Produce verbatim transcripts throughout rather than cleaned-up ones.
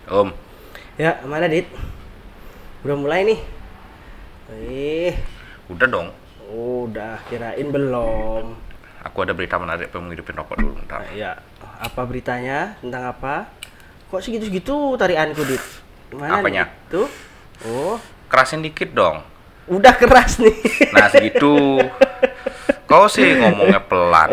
Om, Ya, mana Dit? Udah mulai nih. Eh, udah dong. udah kirain belum. Aku ada berita menarik pengen ngidupin rokok dulu bentar. Nah, ya, apa beritanya? Tentang apa? Kok segitu-segitu tarianku Dit? Mana Apanya? Dit? Tuh. Oh, Kerasin dikit dong. udah keras nih. Nah segitu. Kau sih ngomongnya pelan.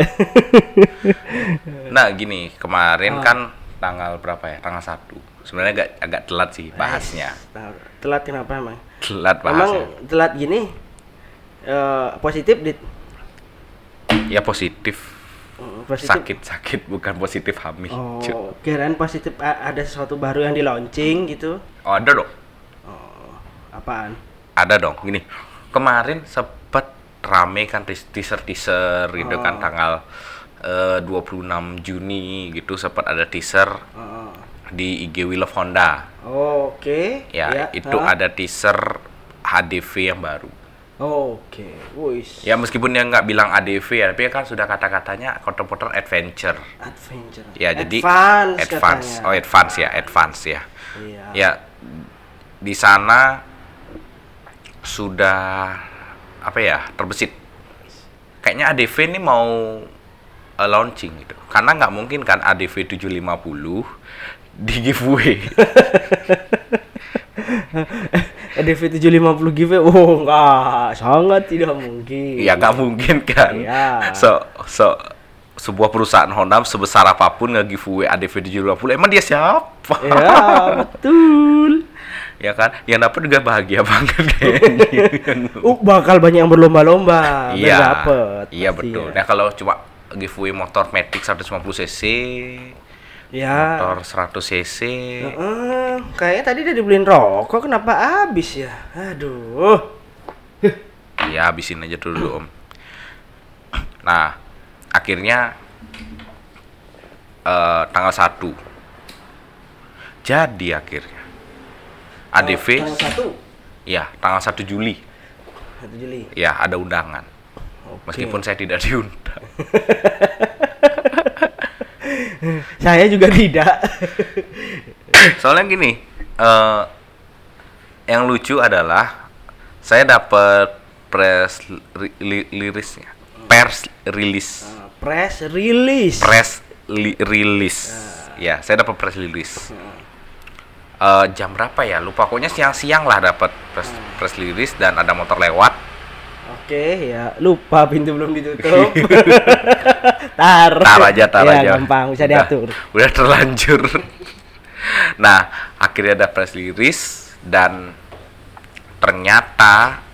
Nah gini, kemarin Oh. kan tanggal berapa ya? Tanggal satu. Sebenarnya agak agak telat sih bahasnya. Nah, telat kenapa emang? Telat Emang bahasnya. telat gini eh, positif Dit? Ya positif. Mm, Positif. Sakit-sakit bukan positif hamil. Cuk. Oh, kirain positif a- ada sesuatu baru yang di launching gitu. Oh, ada dong. Oh, apaan? Ada dong. Gini, kemarin sempet rame kan tis- teaser-teaser gitu kan Oh. tanggal eh, dua puluh enam Juni gitu sempat ada teaser Oh, di I G Wheel of Honda. oh, oke. Ya, itu ah. ada teaser H D V yang baru. Oke, wis. Ya meskipun dia nggak bilang A D V ya, tapi kan sudah kata-katanya Contemporary Adventure. Adventure. Ya, jadi advance, advance. katanya. Oh, advance ya, advance ya. Iya. Ya, di sana sudah apa ya, terbesit. Kayaknya A D V ini mau uh, launching gitu. Karena nggak mungkin kan A D V tujuh lima nol di giveaway. E D V tujuh lima nol giveaway. Oh, enggak, sangat tidak mungkin. Ya nggak mungkin kan. Iya. So, so sebuah perusahaan Honda sebesar apapun nge-giveaway A D V tujuh lima nol, emang dia siapa? Ya, betul. Ya kan? Yang dapat juga bahagia banget kayaknya. Uh, bakal banyak yang berlomba-lomba biar Iya. dapet. Iya pasti betul. ya. Nah, kalau cuma giveaway motor Matic seratus lima puluh cc, Ya. motor seratus cc, Heeh, kayaknya tadi udah dibeliin rokok, kenapa habis ya? Aduh. ya habisin aja dulu Om. Nah, akhirnya eh, tanggal satu. Jadi akhirnya A D V, Tanggal satu. ya tanggal satu Juli. satu Juli. Ya, ada undangan. Oke. Meskipun saya tidak diundang. Saya juga tidak. Soalnya gini, eh, yang lucu adalah saya dapat press ri- li- lirisnya, pers rilis, Uh, press release. press li- rilis. Ya, saya dapat press rilis. Eh, jam berapa ya? Lupa. Pokoknya siang-siang lah dapat press press rilis dan ada motor lewat. Oke, ya lupa pintu belum ditutup. tar. Tar aja, tar ya, aja. gampang bisa Udah- diatur. Udah terlanjur. Nah, akhirnya ada press release dan ternyata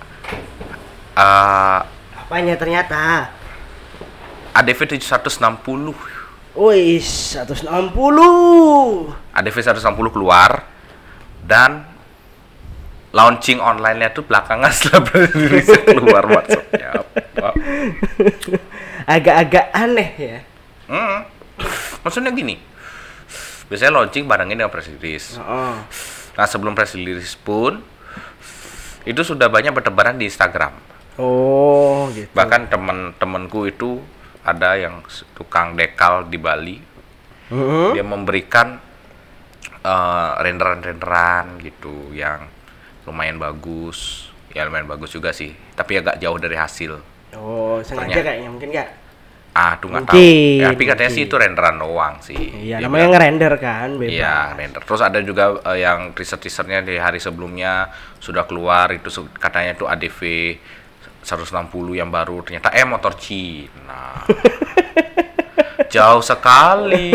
eh Apanya ternyata? A D V tujuh enam nol, Wih, seratus enam puluh. A D V seratus enam puluh keluar dan launching online-nya tuh belakangan setelah press release keluar. Maksudnya apa? Agak-agak aneh ya. Hmm. Maksudnya gini, biasanya launching barengin dengan press release. Oh. Nah, sebelum press release pun itu sudah banyak bertebaran di Instagram. Oh, gitu. Bahkan temen-temenku itu ada yang s- tukang dekal di Bali. Heeh. Dia memberikan eh, renderan-renderan gitu yang lumayan bagus. Ya lumayan bagus juga sih, tapi agak jauh dari hasil. Oh, sengaja Ternyata- kayaknya mungkin nggak? Ah, tuh nggak tahu. Mungkin, Ya, tapi katanya sih mungkin. itu renderan doang sih. Iya, Dia namanya bilang- ngerender kan, bebas. Iya, render. Terus ada juga eh, yang teaser-teasernya di hari sebelumnya sudah keluar itu su- katanya tuh A D V seratus enam puluh yang baru, ternyata eh motor Cina. Jauh sekali.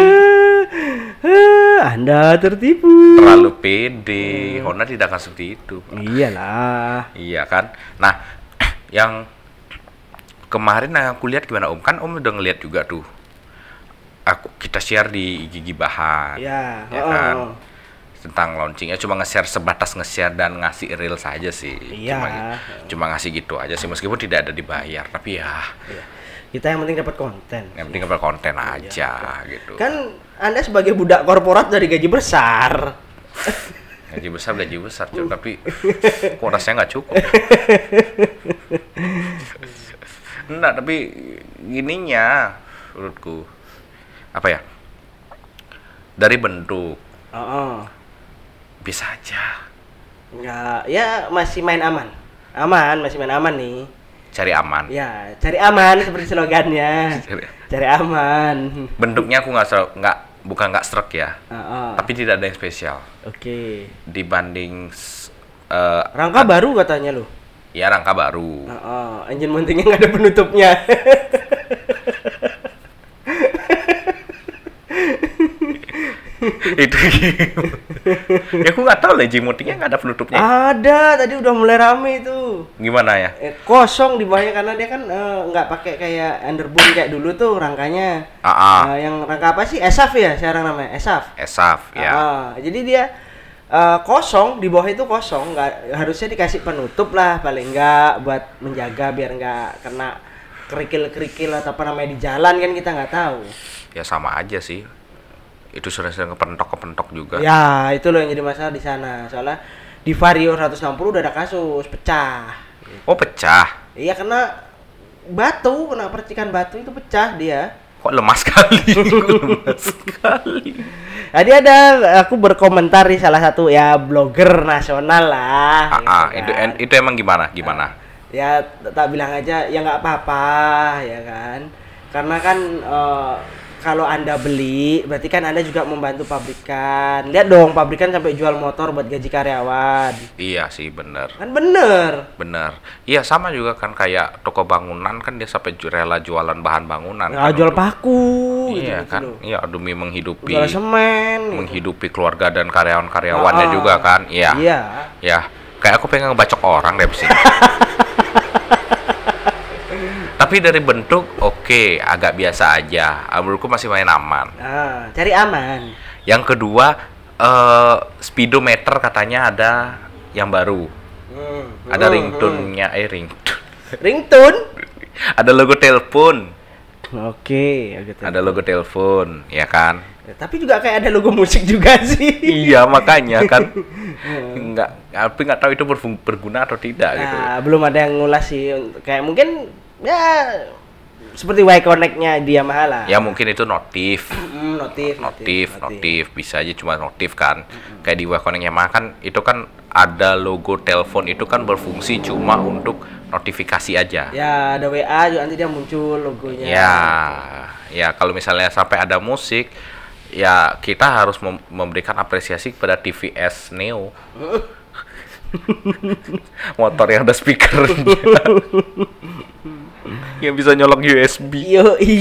Anda tertipu. Terlalu pede. Honda tidak akan seperti itu. Iyalah. Iya kan? Nah, yang kemarin yang aku lihat gimana Om? Kan Om udah ngeliat juga tuh. Aku kita share di Gigi Bahan. Ya, Ya oh, kan? oh. Tentang launchingnya cuma nge-share sebatas nge-share dan ngasih reel saja sih. Iya. Cuma, cuma ngasih gitu aja sih meskipun tidak ada dibayar, tapi ya Iya. Kita yang penting dapat konten. yang penting dapat konten aja gitu. Kan Anda sebagai budak korporat dari gaji besar. Gaji besar gaji besar cuy, tapi kok rasanya nggak cukup. Enggak, tapi gininya menurutku apa ya? Dari bentuk Oh, Bisa aja. enggak, ya masih main aman. Aman, masih main aman nih. Cari aman. Ya, cari aman seperti slogannya. Cari- Cari aman. Bentuknya aku nggak ser- nggak bukan nggak serak ya, Oh, tapi tidak ada yang spesial Oke. dibanding s- eh, Rangka baru katanya lo. ya rangka baru. Oh, engine mountingnya nggak ada penutupnya. Itu ya aku nggak tahu lah Jimotingnya nggak ada penutupnya. Ada, tadi udah mulai rame itu. Gimana ya? Eh, kosong di bawahnya karena dia kan eh, nggak pakai kayak underbone kayak dulu tuh rangkanya. Ah, ah. Eh, yang rangka apa sih? Esaf ya sekarang namanya, Esaf. Esaf ya. Ah, jadi dia eh, kosong, di bawah itu kosong, nggak harusnya dikasih penutup lah paling nggak buat menjaga biar nggak kena kerikil-kerikil atau apa namanya di jalan kan kita nggak tahu. Ya sama aja sih. Itu sering-sering kepentok-kepentok juga. Ya itu loh yang jadi masalah di sana. Soalnya di Vario seratus enam puluh udah ada kasus pecah. Oh pecah. Iya kena batu, kena percikan batu itu pecah dia. Kok lemah sekali? Kok lemah sekali. Tadi ada aku berkomentar di salah satu ya blogger nasional lah. Ah, gitu ah. kan. Itu en- itu emang gimana? Gimana? Ya tak bilang aja ya nggak apa-apa ya kan. Karena kan eh, kalau Anda beli berarti kan Anda juga membantu pabrikan. Lihat dong pabrikan sampai jual motor buat gaji karyawan. Iya sih bener. Kan bener. Bener. Iya sama juga kan kayak toko bangunan kan dia sampai ju- rela jualan bahan bangunan. Nggak kan jual untuk- paku gitu, Iya gitu kan. loh. Iya demi menghidupi Jual semen. gitu. menghidupi keluarga dan karyawan-karyawannya Ah, juga kan. Iya. Iya. Ya. Kayak aku pengen ngebacok orang deh sini. Tapi dari bentuk oke, agak biasa aja. Ah, menurutku masih main aman. Ah, cari aman. Yang kedua, eh speedometer katanya ada yang baru. Hmm, Ada hmm, ringtone-nya, eh ringtone. hmm. Ringtone. Ada logo telepon. Oke, gitu. Ada logo telepon, ya kan? Ya, tapi juga kayak ada logo musik juga sih. Iya, makanya kan. Enggak, tapi nggak tahu itu berfung- berguna atau tidak gitu. Nah, belum ada yang ngulas sih. Kayak mungkin ya seperti Y Connect-nya dia Mahala. Ya mungkin itu notif. Mm, notif, notif, notif, bisa aja cuma notif kan. Kayak di Waconnect Yamaha kan itu kan ada logo telepon itu kan berfungsi cuma untuk notifikasi aja. Ya, ada W A juga nanti dia muncul logonya. Ya, ya kalau misalnya sampai ada musik, ya kita harus mem- memberikan apresiasi kepada T V S Neo. Motor yang ada speakernya. Yang bisa nyolok U S B. Yoi.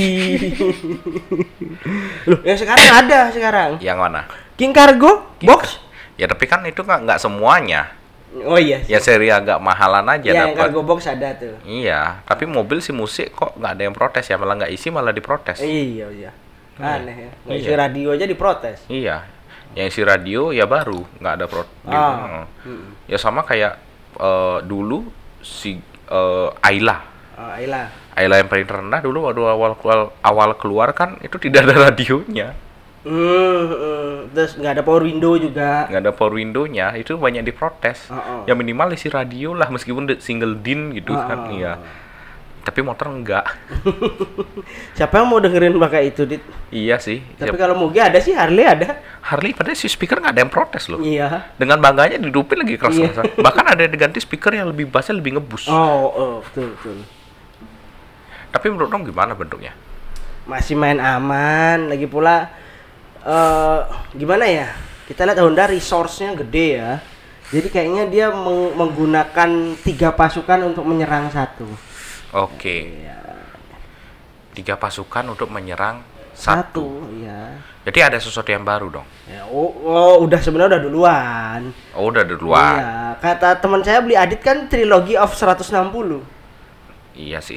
Loh, yang sekarang ada sekarang. Yang mana? King Cargo box. Ya tapi kan itu nggak nggak semuanya. Oh iya. Ya seri agak mahalan aja Ya, yang dapat. Cargo box ada tuh. Iya, tapi mobil si musik kok nggak ada yang protes ya, malah nggak isi malah diprotes. Iya, iya. Aneh ya. Nggak isi Iya. radio aja diprotes. Iya, yang isi radio ya baru nggak ada protes. Ah. Ya sama kayak eh, dulu si eh, Ayla, Oh, Ayla. Ayla yang paling rendah dulu waktu awal awal, awal keluar kan itu tidak ada radionya, Hmm, hmm. Terus nggak ada power window juga. nggak ada power window-nya, itu banyak diprotes. Oh, oh. Ya minimal isi radio lah meskipun de- single din gitu Oh, kan, oh. iya. Tapi motor enggak. Siapa yang mau dengerin pakai itu, Dit? Iya sih. Tapi Ya, kalau Mugi ada sih, Harley ada. Harley padahal si speaker nggak ada yang protes loh. Iya. Dengan bangganya didupin lagi keras Iya. keras. Bahkan ada yang diganti speaker yang lebih bassnya lebih ngebus. Oh, oh, betul, betul. Tapi menurut kamu gimana bentuknya? Masih main aman, lagi pula eh gimana ya? Kita lihat Honda resource-nya gede ya. Jadi kayaknya dia meng- menggunakan tiga pasukan untuk menyerang satu. Oke. Iya. Tiga pasukan untuk menyerang Satu, satu. iya. Jadi ada sesuatu yang baru dong. Ya, oh, oh, udah sebenarnya udah duluan. Oh, udah duluan. Iya, kata teman saya beli Adit kan Trilogy of seratus enam puluh. Iya sih.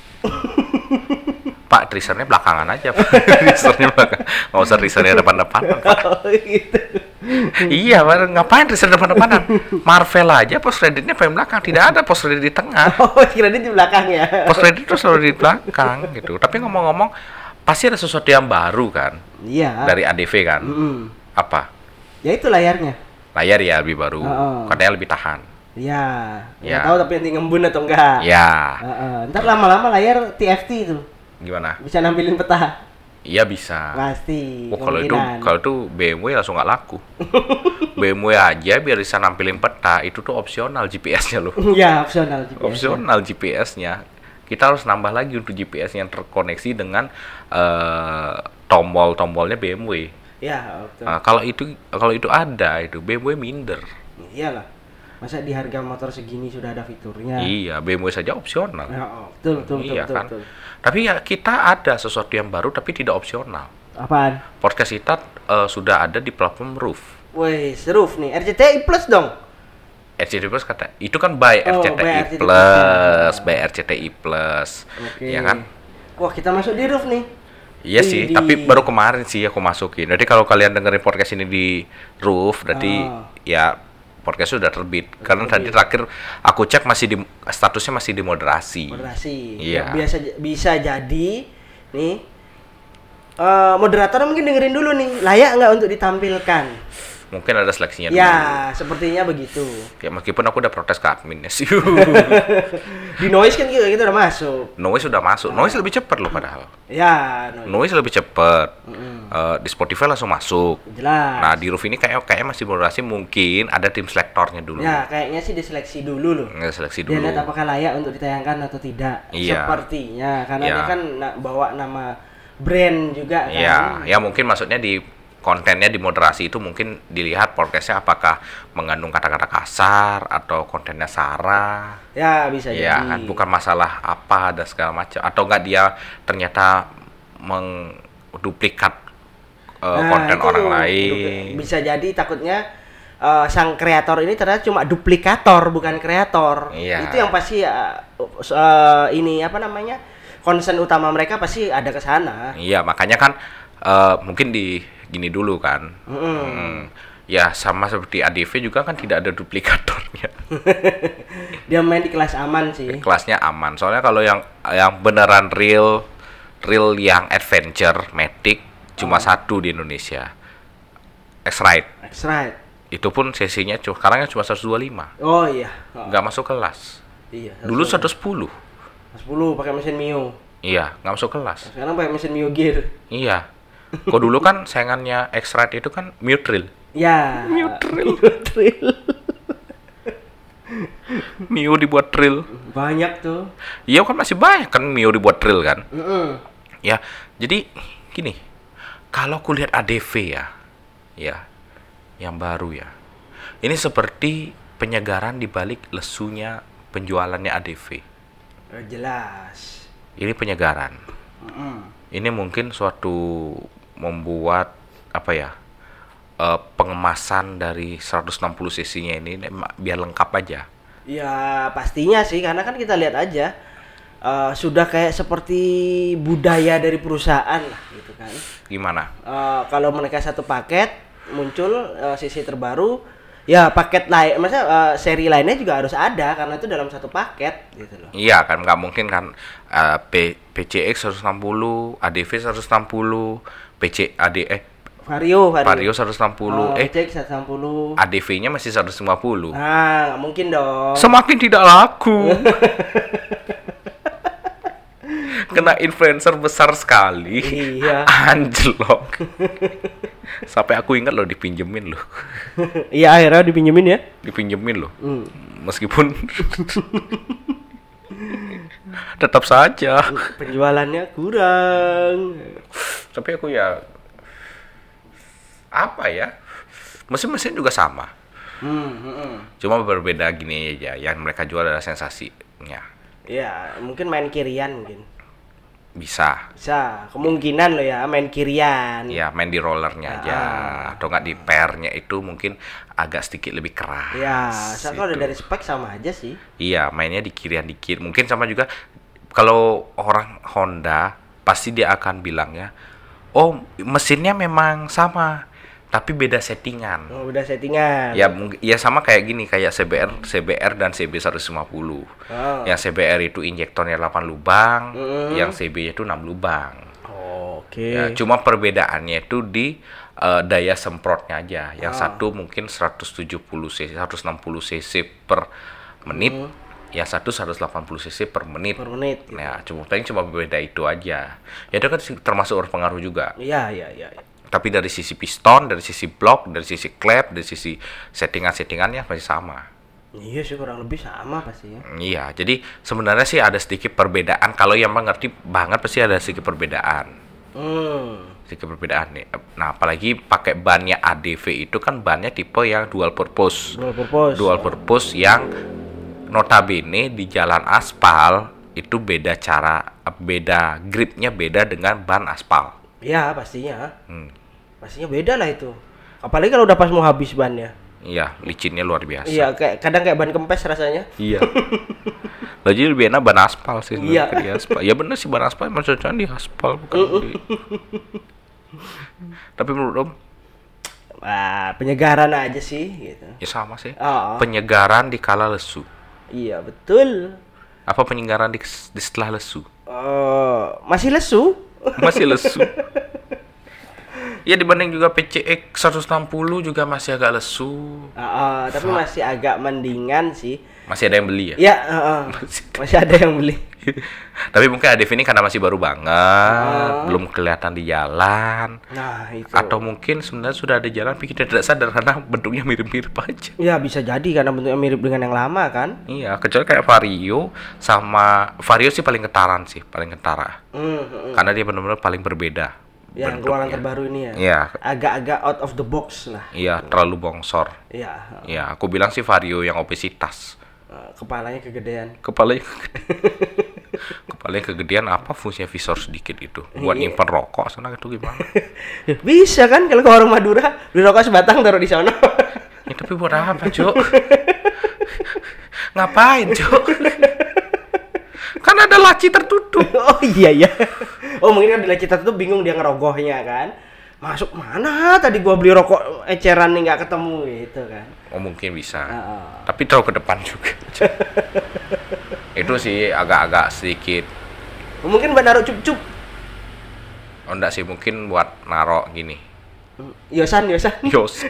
Pak, teasernya belakangan aja. Pak. Teasernya belakang. Nggak usah teasernya depan-depan. Oh, gitu. Iya, Pak. Ngapain teaser depan-depanan? Marvel aja post creditnya paling belakang. Tidak ada post credit di tengah. Oh, kredit di belakang ya. Post credit itu selalu di belakang gitu. Tapi ngomong-ngomong, pasti ada sesuatu yang baru kan Iya. dari A D V kan? Mm-mm. Apa? Ya itu layarnya. Layar ya lebih baru. Oh. Katanya lebih tahan. Iya. Ya. Nggak tahu tapi nanti ngembun atau enggak. Ya. Heeh. Ntar lama-lama layar T F T itu Gimana? bisa nampilin peta. Iya bisa. Pasti. Oh, kalau itu kemungkinan. kalau itu B M W langsung nggak laku. B M W aja biar bisa nampilin peta itu tuh opsional G P S-nya loh. Ya, opsional G P S. Opsional G P S-nya. Kita harus nambah lagi untuk G P S yang terkoneksi dengan uh, tombol-tombolnya B M W. Ya, betul. Nah, kalau itu kalau itu ada itu B M W minder. Iyalah. Masa di harga motor segini sudah ada fiturnya? Iya, B M W saja opsional. Ya, oh, betul, betul, betul, Iya betul, kan. betul. Tapi ya kita ada sesuatu yang baru tapi tidak opsional. Apaan? Podcast kita uh, sudah ada di platform Roof. Wih, Roof nih. R C T I Plus dong. R C T I Plus kata itu kan by Oh, R C T I by R C T I Plus, by R C T I Plus. Oke. Ya kan? Wah, kita masuk di Roof nih. Iya Di- sih, di- tapi baru kemarin sih aku masukin. Jadi kalau kalian dengerin podcast ini di Roof, berarti Oh. ya podcast sudah terbit. Karena tadi terakhir aku cek masih di statusnya masih di moderasi. Moderasi. Iya. Biasa bisa jadi nih eh moderator mungkin dengerin dulu nih, layak nggak untuk ditampilkan? Mungkin ada seleksinya dulu. Ya, sepertinya begitu. Ya meskipun aku udah protes ke adminnya sih. Di noise kan kita, kita udah masuk. Noise sudah masuk. Noise lebih cepat loh padahal. Ya, noise. Noise lebih cepat. Mm-mm. Eh, di Spotify langsung masuk. Jelas. Nah, di Roof ini kayak kayaknya masih moderasi, mungkin ada tim selektornya dulu. Ya, kayaknya sih diseleksi dulu loh. Nggak seleksi Dia dulu. lihat apakah layak untuk ditayangkan atau tidak. Iya. Sepertinya karena Iya. dia kan na- bawa nama brand juga kan. Ya, ya mungkin maksudnya di kontennya di moderasi itu mungkin dilihat podcastnya apakah mengandung kata-kata kasar atau kontennya sara. Ya, bisa Ya jadi. kan, bukan masalah apa dan segala macam, atau enggak dia ternyata mengduplikat uh, Nah, konten itu orang tuh, lain. bisa jadi takutnya eh, sang kreator ini ternyata cuma duplikator bukan kreator. Iya. Itu yang pasti eh, eh, ini apa namanya? Concern utama mereka pasti ada ke sana. Iya, makanya kan uh, mungkin di gini dulu kan. Mm-mm. Hmm, ya sama seperti A D V juga kan tidak ada duplikatornya. Dia main di kelas aman sih. Kelasnya aman. Soalnya kalau yang yang beneran real real yang adventure matic cuma Oh. satu di Indonesia. X-Ride. That's right. Itu pun sesinya cuma sekarang cuma seratus dua puluh lima. Oh iya. Oh, Nggak masuk kelas. iya. Dulu seratus sepuluh. sepuluh pakai mesin Mio. Iya, nggak masuk kelas. Sekarang pakai mesin Mio Gear. Iya. Kok dulu kan saingannya X-Ride itu kan Mutril. Ya. Mio Trail. Mio Trail. Mio dibuat trail. Banyak tuh. Iya kan masih banyak kan Mio dibuat trail kan. Mm-mm. Ya, jadi gini. Kalau kulihat A D V ya, ya, yang baru ya. Ini seperti penyegaran di balik lesunya penjualannya A D V. Eh, jelas. Ini penyegaran. Mm-mm. Ini mungkin suatu membuat apa ya? eh, pengemasan dari seratus enam puluh cc-nya ini em- biar lengkap aja. Ya pastinya sih karena kan kita lihat aja eh, sudah kayak seperti budaya dari perusahaan lah gitu kan. Gimana? Eh, kalau mereka satu paket muncul eh, sisi terbaru, ya paket lain, maksudnya eh, seri lainnya juga harus ada karena itu dalam satu paket gitu loh. Iya kan, nggak mungkin kan eh, P, PCX seratus enam puluh, A D V seratus enam puluh, PC AD eh Vario, Vario, Vario seratus enam puluh, Oh, eh cek seratus enam puluh. A D V-nya masih seratus lima puluh. Nah, nggak mungkin dong. Semakin tidak laku. Kena influencer besar sekali. Iya. Anjlok. Sampai aku ingat loh dipinjemin loh. Iya akhirnya dipinjemin ya. Dipinjemin loh. Hmm. Meskipun tetap saja. Penjualannya kurang. Tapi aku ya apa ya? Mesin-mesin juga sama. Hmm, hmm, hmm. Cuma berbeda gini aja. Yang mereka jual adalah sensasinya. Ya, mungkin main kirian mungkin. Bisa. Bisa, kemungkinan lo ya main kirian. Ya main di rollernya aja. Ah. Atau nggak di pairnya itu mungkin agak sedikit lebih keras. Ya, saya kalau Gitu. dari spek sama aja sih. Iya, mainnya di kirian dikit. Mungkin sama juga kalau orang Honda pasti dia akan bilang ya, oh mesinnya memang sama, tapi beda settingan. Oh, udah settingan. Ya mungkin ya sama kayak gini, kayak C B R, C B R dan C B seratus lima puluh. Oh. Yang C B R itu injektornya delapan lubang, Mm. yang C B itu enam lubang. Oh, oke. Ya, cuma perbedaannya itu di eh, daya semprotnya aja. Yang Ah. satu mungkin seratus tujuh puluh cc, seratus enam puluh cc per menit. Mm. yang satu seratus delapan puluh cc per menit. Per menit. Gitu. Nah, cuma paling cuma beda itu aja. Ya itu kan termasuk berpengaruh juga. Iya, iya, iya. Ya. Tapi dari sisi piston, dari sisi blok, dari sisi klep, dari sisi settingan-settingannya masih sama. Iya sih kurang lebih sama pastinya. Iya, jadi sebenarnya sih ada sedikit perbedaan. Kalau yang mengerti banget pasti ada sedikit perbedaan. Hmm. Sedikit perbedaan nih. Nah, apalagi pakai bannya A D V itu kan bannya tipe yang dual purpose. Dual purpose. Dual purpose yang notabene di jalan aspal itu beda cara, beda gripnya beda dengan ban aspal. Iya pastinya. Hmm. Pastinya beda lah itu. Apalagi kalau udah pas mau habis bannya. Iya, licinnya luar biasa. Iya, kayak kadang kayak ban kempes rasanya. Iya. Lah jadi lebih enak ban aspal sih. Iya. Di aspal. Ya bener sih ban aspal maksudnya di aspal bukan di. Tapi menurut Om, wah, penyegaran aja sih gitu. ya sama sih. Oh. Penyegaran di kala lesu. Iya, betul. Apa penyegaran di, di setelah lesu? Oh, masih lesu? Masih lesu. Ya dibanding juga P C X seratus enam puluh juga masih agak lesu. Oh, oh, tapi Fuck. masih agak mendingan sih. Masih ada yang beli ya? Ya, oh, oh. Masih. Masih ada yang beli. Tapi mungkin A D V ini karena masih baru banget, Oh. belum kelihatan di jalan. Nah, itu. Atau mungkin sebenarnya sudah ada jalan tapi kita tidak sadar karena bentuknya mirip-mirip aja. Ya, bisa jadi karena bentuknya mirip dengan yang lama kan? Iya, kecuali kayak Vario sama Vario sih paling ketaran sih, paling ketara. Hmm, hmm. Karena dia benar-benar paling berbeda. Yang bentuknya. ruangan terbaru ini ya. Iya. Agak-agak out of the box lah. Iya, terlalu bongsor. Iya. Iya, aku bilang sih Vario yang obesitas. Eh, Kepalanya kegedean. Kepalanya Kepalanya kegedean apa fungsinya visor sedikit itu? Buat Iya. nyimpen rokok sana itu gimana? Bisa kan kalau ke warung Madura beli rokok sebatang taruh di sana. Ya, tapi buat apa, Cuk? Ngapain, Cuk? Kan ada laci tertutup. Oh iya iya. Oh mungkin kan bila kita tuh bingung dia ngerogohnya kan. Masuk mana tadi gua beli rokok eceran nih nggak ketemu gitu kan. Oh, mungkin bisa. Heeh. Tapi terlalu ke depan juga. Itu sih agak-agak sedikit. Mungkin buat naruh cup-cup. Oh, enggak sih, mungkin buat narok gini. Yosan yosan. Yos.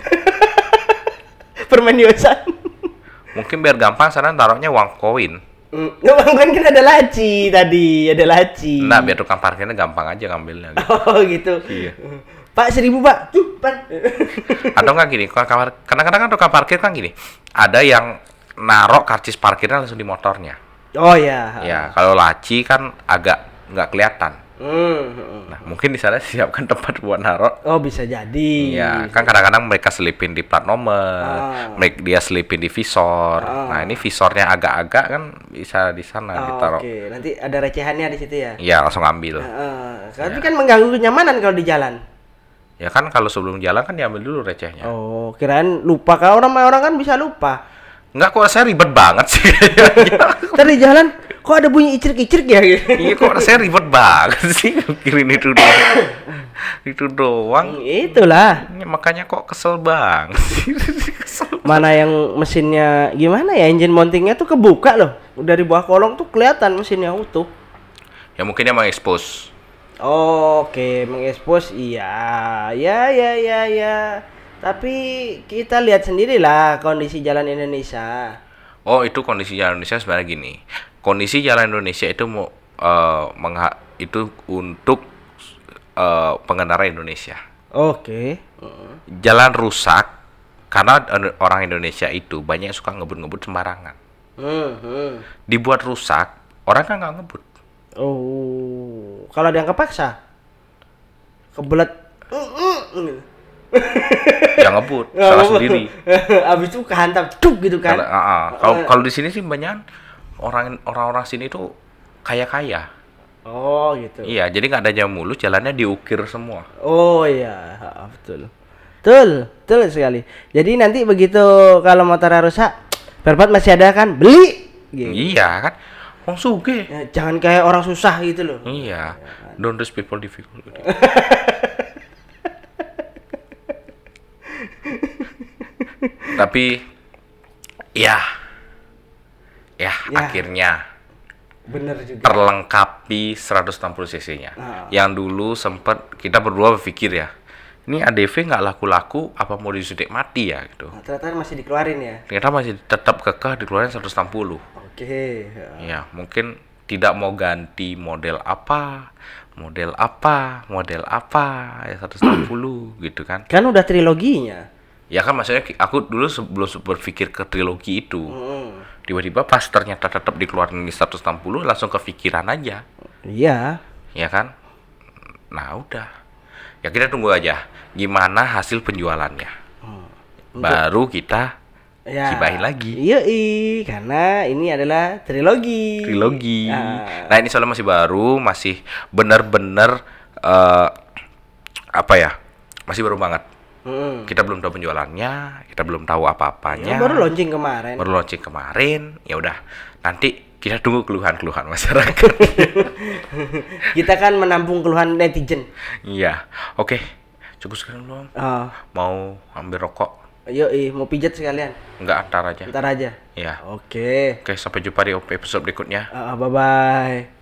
Permen yosan. Mungkin biar gampang sana taruhnya uang koin. Hmm. Nggak kan kan ada laci tadi, ada laci. Nah, biar tukang parkirnya gampang aja ngambilnya. Gitu. Oh gitu. Iya. Pak seribu pak. Tuh pan. Atau enggak gini, kalau kamar- kadang-kadang kan tukang parkir kan gini. Ada yang narok karcis parkirnya langsung di motornya. Oh ya. Ya, kalau laci kan agak nggak kelihatan. Hmm, hmm. Nah, mungkin di sana siapkan tempat buat narok. Oh bisa jadi. Iya, kan kadang-kadang mereka selipin di plat nomor, Ah. mereka dia selipin di visor. Ah. Nah, ini visornya agak-agak kan bisa di sana Oh, ditaruh. Oke, nanti ada recehannya di situ ya. Iya, langsung ambil. Heeh. Tapi Ya. kan mengganggu kenyamanan kalau di jalan. Ya kan kalau sebelum jalan kan diambil dulu recehnya. Oh, kirain lupa. Kalau orang orang kan bisa lupa. Enggak, kok saya ribet banget sih kayaknya. Ntar di jalan kok ada bunyi icrik-icrik ya gitu. Iya, kok saya ribet banget sih mikirin itu doang. Itu doang. Itulah. Ya, makanya kok kesel banget sih. Kesel. Mana yang mesinnya gimana ya? Engine mountingnya tuh kebuka loh. Dari bawah kolong tuh kelihatan mesinnya utuh. Ya mungkin dia mengekspos. Oke, mengekspos iya. Ya ya ya ya. Tapi kita lihat sendirilah kondisi jalan Indonesia. Oh, itu kondisi jalan Indonesia sebenarnya gini. Kondisi jalan Indonesia itu mau eh, mengha- itu untuk eh, pengendara Indonesia. Oke. Jalan rusak karena eh, orang Indonesia itu banyak yang suka ngebut-ngebut sembarangan. Hmm, hmm. Dibuat rusak, orang kan nggak ngebut. Oh, kalau ada yang kepaksa, kebelet, Yang ngebut, salah sendiri. Abis itu kehantam, cuk gitu kan? Kalau ah, ah. kalau kalau di sini sih banyak orang orang-orang sini tuh kaya-kaya. Oh gitu. Iya, jadi nggak ada jam mulus, jalannya diukir semua. Oh iya, ha, betul. Betul, betul sekali. Jadi nanti begitu kalau motornya rusak, Perpat masih ada kan? Beli. Gitu. Iya kan, wong sugih. Ya, jangan kayak orang susah gitu loh. Iya, don't those people difficult. Tapi, ya, ya, Ya. akhirnya Bener juga. terlengkapi seratus enam puluh cc-nya. Ah. Yang dulu sempet kita berdua berpikir ya, ini A D V nggak laku-laku, apa mau disudik mati ya gitu. Nah, ternyata masih dikeluarin ya. Ternyata masih tetap kekeh dikeluarin seratus enam puluh. Oke. Ya, mungkin tidak mau ganti model apa, model apa, model apa, ya seratus enam puluh gitu kan. Kan udah triloginya. Ya kan maksudnya ki- aku dulu sebelum berpikir ke trilogi itu. Hmm. Tiba-tiba pas ternyata tetap dikeluarin di seratus enam puluh langsung kepikiran aja. Iya. Ya kan? Nah, udah. Ya kita tunggu aja gimana hasil penjualannya. Untuk- Baru kita Ya. gibahin lagi. Iya, i, karena ini adalah trilogi. Trilogi. Ah. Nah, ini soalnya masih baru, masih benar-benar eh, apa ya? Masih baru banget. Mm-mm. Kita belum tahu penjualannya, kita belum tahu apa-apanya. Ya, baru launching kemarin. Baru launching kemarin. Ya udah. Nanti kita tunggu keluhan-keluhan masyarakat. Kita kan menampung keluhan netizen. Iya. Oke. Cukup sekarang belum? Oh, Mau ambil rokok? ayo, i, mau pijet sekalian. Enggak, antar aja. Ntar aja. Ya. Oke. Oke, sampai jumpa di episode berikutnya. Ah, bye bye.